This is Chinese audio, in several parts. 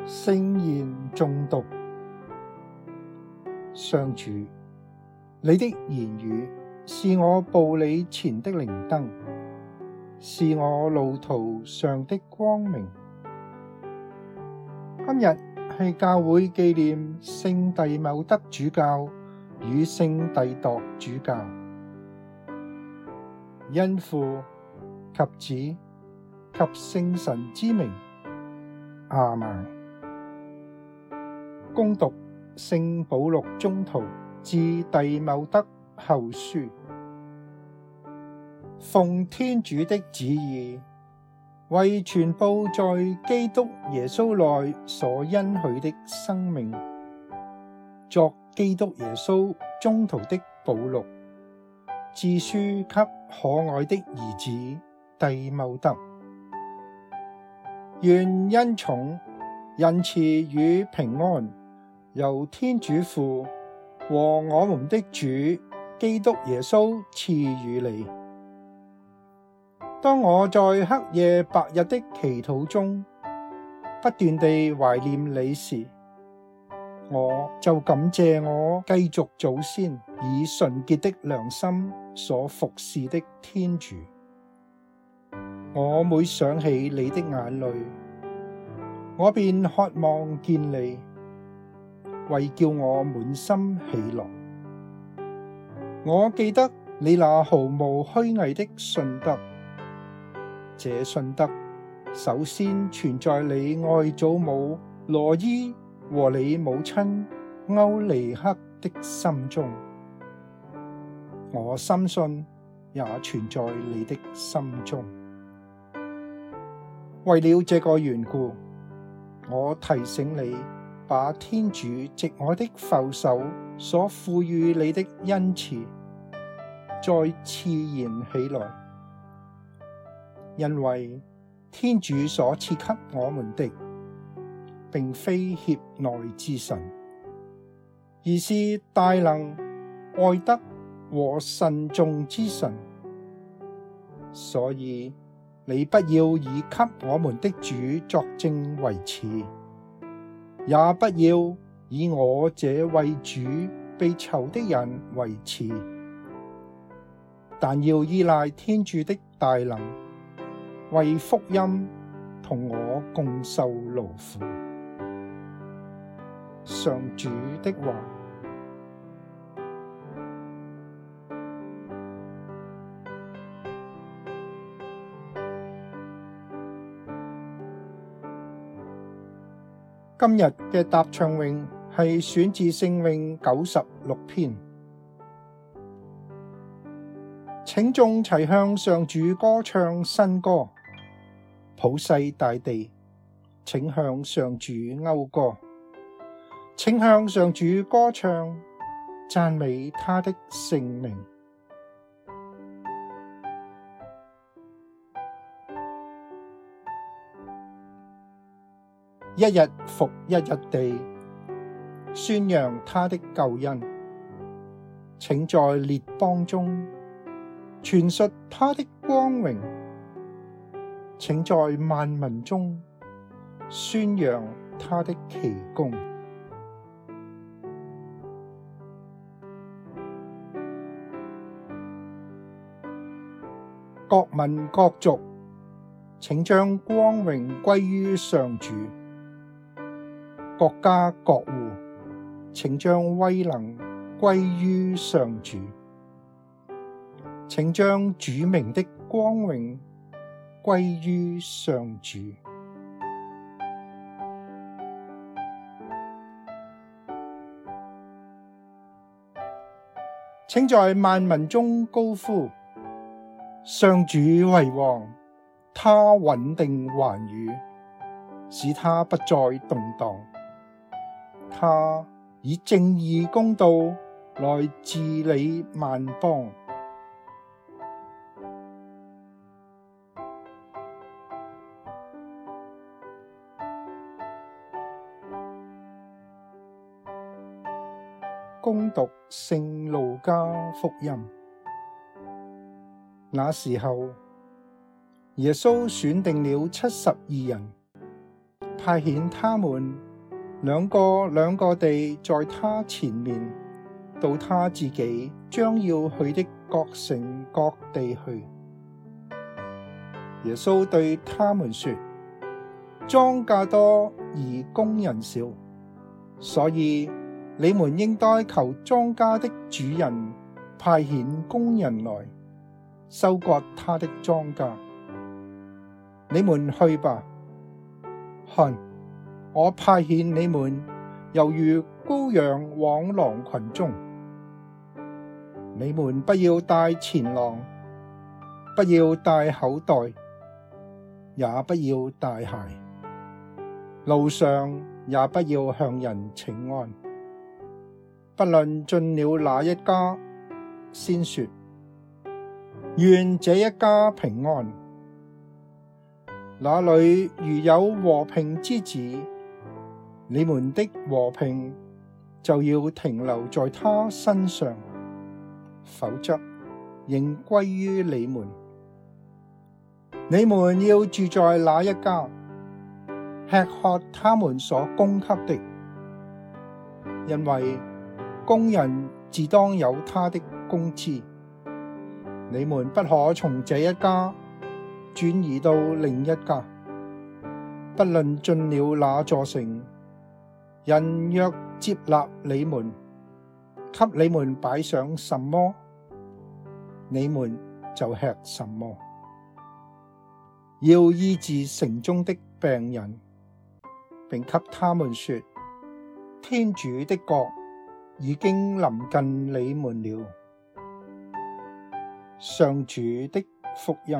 聖言誦讀。上主，你的言語是我步履前的靈燈，是我路途上的光明。今日係教會紀念聖弟茂德主教與聖弟鐸主教，因父及子及聖神之名，阿們。恭讀聖保祿宗徒致弟茂德後書。奉天主的旨意，為傳佈在基督耶穌內所恩許的生命，作基督耶穌宗徒的保祿，致書給可愛的兒子弟茂德。願恩寵、仁慈與平安由天主父和我們的主基督耶穌賜予你。當我在黑夜白日的祈禱中，不斷地懷念你時，我就感謝我繼續祖先以純潔的良心所服侍的天主。我每想起你的眼淚，我便渴望見你，為叫我滿心喜樂。我記得你那毫無虛偽的信德，這信德首先存在你外祖母羅依和你母親歐尼克的心中，我深信也存在你的心中。為了這個緣故，我提醒你，把天主藉我的傅首所賦予你的恩賜再熾燃起來，因為天主所賜給我們的，並非脅內之神，而是大能、愛德和慎重之神。所以你不要以給我們的主作證為恥，也不要以我這為主被囚的人為恥，但要依賴天主的大能，為福音同我共受勞苦。上主的話。今日嘅答唱詠係選自聖詠96篇。請眾齊向上主歌唱新歌，普世大地，請向上主謳歌，請向上主歌唱，讚美他的聖名。一日復一日地宣揚他的救恩，請在列邦中傳述他的光榮，請在萬民中宣揚他的奇功。各民各族，請將光榮歸於上主。各家各戶，請將威能歸於上主，請將主名的光榮歸於上主。請在萬民中高呼：上主為王，他穩定寰宇，使他不再動盪。他以正義公道來治理萬邦。恭讀聖路加福音。那時候，耶穌選定了72人， 派遣他們兩個兩個地在他前面，到他自己將要去的各城各地去。耶穌對他們說：莊稼多而工人少，所以你們應該求莊稼的主人派遣工人來，收割他的莊稼。你們去吧，看，我派遣你們猶如羔羊往狼群中。你們不要帶錢囊，不要帶口袋，也不要帶鞋，路上也不要向人請安。不論進了哪一家，先說：願這一家平安。那裏如有和平之子，你們的和平就要停留在他身上，否則仍歸於你們。你們要住在那一家，吃喝他們所供給的，因為工人自當有他的工資。你們不可從這一家轉移到另一家。不論進了那座城，人若接納你們，給你們擺上什麼，你們就吃什麼。要醫治城中的病人，並給他們說：天主的國已經臨近你們了。上主的福音。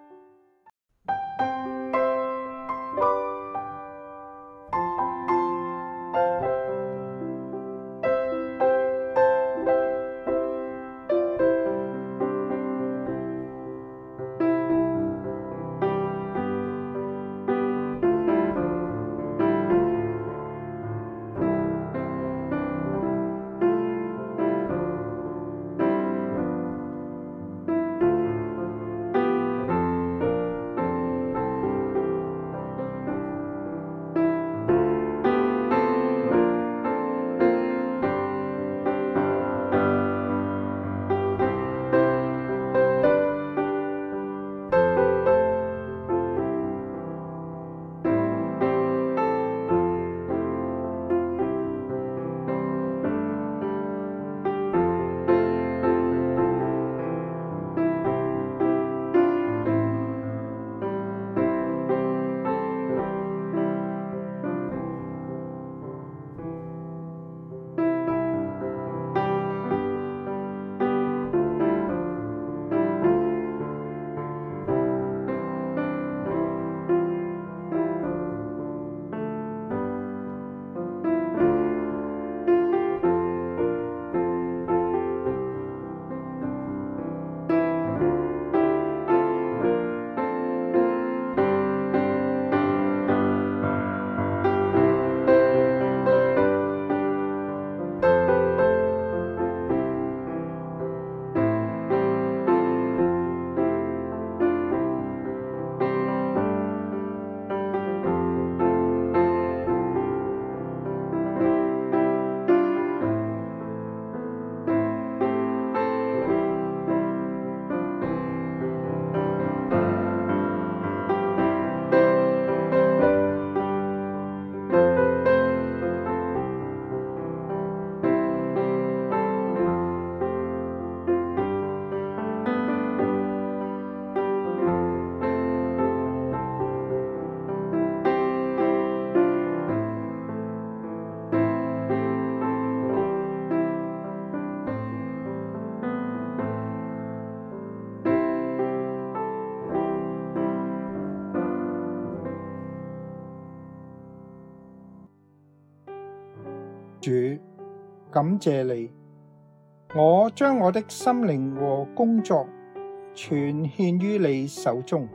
主，感謝你，我將我的心靈和工作全獻於你手中。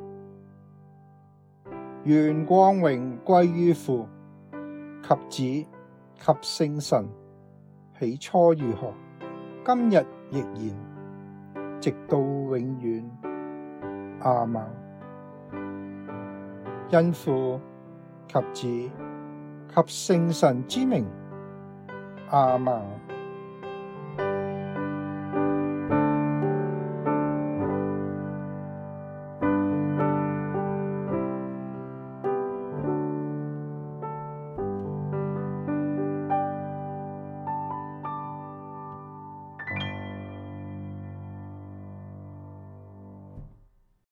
願光榮歸於父及子及聖神，起初如何，今日亦然，直到永遠。阿們。因父及子及聖神之名。阿們。